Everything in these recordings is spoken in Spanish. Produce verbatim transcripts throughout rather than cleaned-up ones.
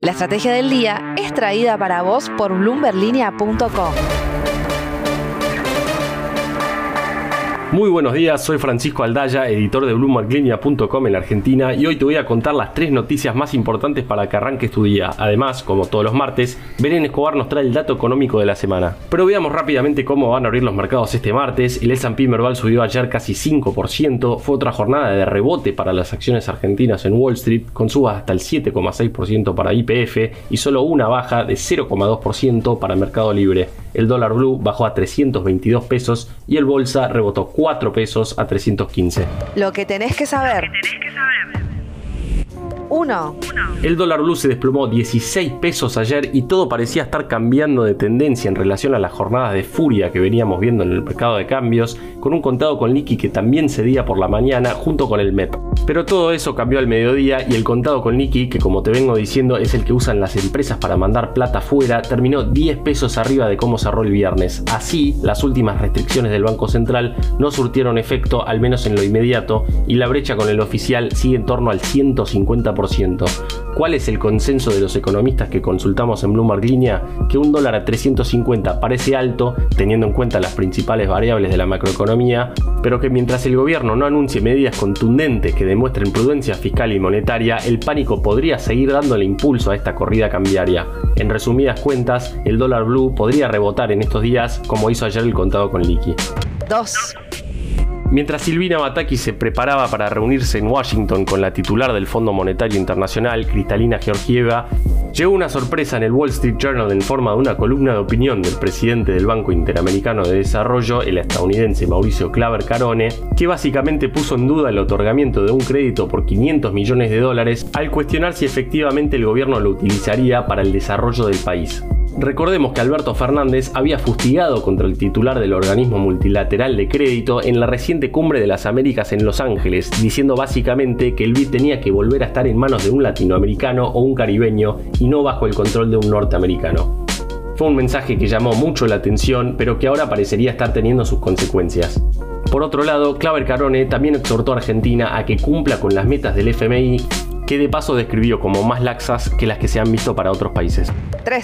La estrategia del día es traída para vos por bloomberg linea punto com. Muy buenos días, soy Francisco Aldaya, editor de bloomberg linea punto com en la Argentina, y hoy te voy a contar las tres noticias más importantes para que arranques tu día. Además, como todos los martes, Belén Escobar nos trae el dato económico de la semana. Pero veamos rápidamente cómo van a abrir los mercados este martes. El S and P Merval subió ayer casi cinco por ciento, fue otra jornada de rebote para las acciones argentinas en Wall Street, con subas hasta el siete coma seis por ciento para Y P F y solo una baja de cero coma dos por ciento para Mercado Libre. El dólar blue bajó a trescientos veintidós pesos y el bolsa rebotó cuatro pesos a trescientos quince. Lo que tenés que saber. uno. El dólar blue se desplomó dieciséis pesos ayer y todo parecía estar cambiando de tendencia en relación a las jornadas de furia que veníamos viendo en el mercado de cambios, con un contado con liqui que también cedía por la mañana junto con el M E P. Pero todo eso cambió al mediodía y el contado con liqui, que como te vengo diciendo es el que usan las empresas para mandar plata afuera, terminó diez pesos arriba de cómo cerró el viernes. Así, las últimas restricciones del Banco Central no surtieron efecto, al menos en lo inmediato, y la brecha con el oficial sigue en torno al ciento cincuenta por ciento. ¿Cuál es el consenso de los economistas que consultamos en Bloomberg Línea? Que un dólar a trescientos cincuenta parece alto, teniendo en cuenta las principales variables de la macroeconomía, pero que mientras el gobierno no anuncie medidas contundentes que demuestren prudencia fiscal y monetaria, el pánico podría seguir dándole impulso a esta corrida cambiaria. En resumidas cuentas, el dólar blue podría rebotar en estos días, como hizo ayer el contado con liqui. dos. Mientras Silvina Batakis se preparaba para reunirse en Washington con la titular del Fondo Monetario Internacional, Kristalina Georgieva, llegó una sorpresa en el Wall Street Journal en forma de una columna de opinión del presidente del Banco Interamericano de Desarrollo, el estadounidense Mauricio Claver Carone, que básicamente puso en duda el otorgamiento de un crédito por quinientos millones de dólares al cuestionar si efectivamente el gobierno lo utilizaría para el desarrollo del país. Recordemos que Alberto Fernández había fustigado contra el titular del organismo multilateral de crédito en la reciente cumbre de las Américas en Los Ángeles, diciendo básicamente que el B I D tenía que volver a estar en manos de un latinoamericano o un caribeño y no bajo el control de un norteamericano. Fue un mensaje que llamó mucho la atención, pero que ahora parecería estar teniendo sus consecuencias. Por otro lado, Claver Carone también exhortó a Argentina a que cumpla con las metas del F M I, que de paso describió como más laxas que las que se han visto para otros países. tres.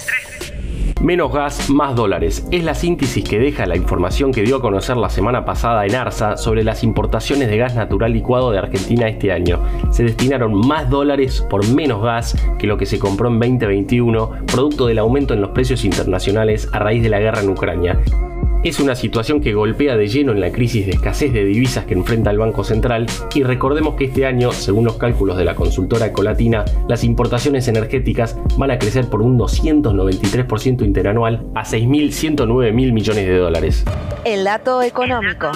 Menos gas, más dólares. Es la síntesis que deja la información que dio a conocer la semana pasada en ARSA sobre las importaciones de gas natural licuado de Argentina este año. Se destinaron más dólares por menos gas que lo que se compró en veinte veintiuno, producto del aumento en los precios internacionales a raíz de la guerra en Ucrania. Es una situación que golpea de lleno en la crisis de escasez de divisas que enfrenta el Banco Central, y recordemos que este año, según los cálculos de la consultora Ecolatina, las importaciones energéticas van a crecer por un doscientos noventa y tres por ciento interanual a seis mil ciento nueve mil millones de dólares. El dato económico.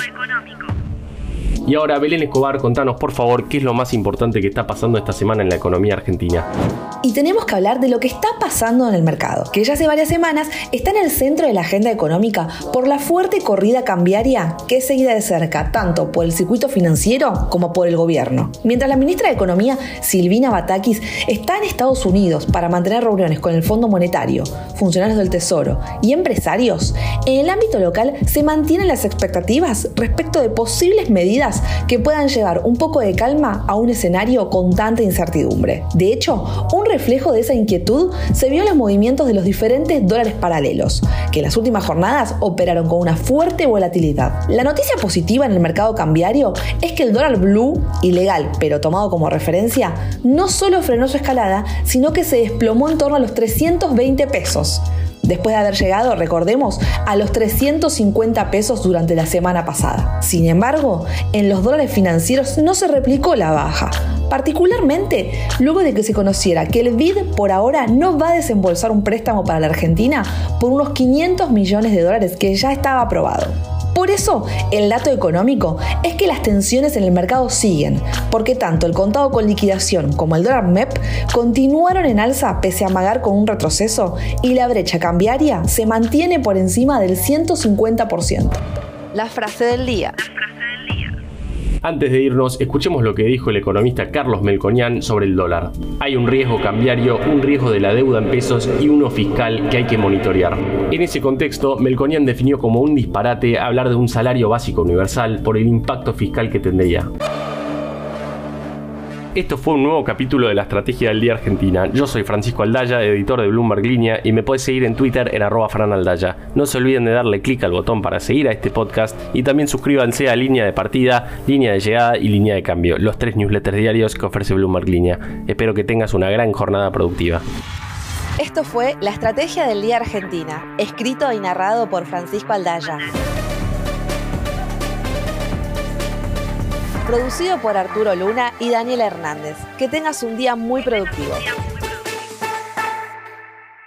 Y ahora, Belén Escobar, contanos por favor qué es lo más importante que está pasando esta semana en la economía argentina. Y tenemos que hablar de lo que está pasando en el mercado, que ya hace varias semanas está en el centro de la agenda económica por la fuerte corrida cambiaria que es seguida de cerca tanto por el circuito financiero como por el gobierno. Mientras la ministra de Economía, Silvina Batakis, está en Estados Unidos para mantener reuniones con el Fondo Monetario, funcionarios del Tesoro y empresarios, en el ámbito local se mantienen las expectativas respecto de posibles medidas que puedan llevar un poco de calma a un escenario con tanta incertidumbre. De hecho, un reflejo de esa inquietud se vio en los movimientos de los diferentes dólares paralelos, que en las últimas jornadas operaron con una fuerte volatilidad. La noticia positiva en el mercado cambiario es que el dólar blue, ilegal pero tomado como referencia, no solo frenó su escalada, sino que se desplomó en torno a los trescientos veinte pesos. Después de haber llegado, recordemos, a los trescientos cincuenta pesos durante la semana pasada. Sin embargo, en los dólares financieros no se replicó la baja, particularmente luego de que se conociera que el B I D por ahora no va a desembolsar un préstamo para la Argentina por unos quinientos millones de dólares que ya estaba aprobado. Por eso, el dato económico es que las tensiones en el mercado siguen, porque tanto el contado con liquidación como el dólar M E P continuaron en alza pese a amagar con un retroceso, y la brecha cambiaria se mantiene por encima del ciento cincuenta por ciento. La frase del día. Antes de irnos, escuchemos lo que dijo el economista Carlos Melconian sobre el dólar. Hay un riesgo cambiario, un riesgo de la deuda en pesos y uno fiscal que hay que monitorear. En ese contexto, Melconian definió como un disparate hablar de un salario básico universal por el impacto fiscal que tendría. Esto fue un nuevo capítulo de la Estrategia del Día Argentina. Yo soy Francisco Aldaya, editor de Bloomberg Línea, y me podés seguir en Twitter en arroba franaldaya. No se olviden de darle clic al botón para seguir a este podcast y también suscríbanse a Línea de Partida, Línea de Llegada y Línea de Cambio, los tres newsletters diarios que ofrece Bloomberg Línea. Espero que tengas una gran jornada productiva. Esto fue La Estrategia del Día Argentina, escrito y narrado por Francisco Aldaya. Producido por Arturo Luna y Daniela Hernández. Que tengas un día muy productivo.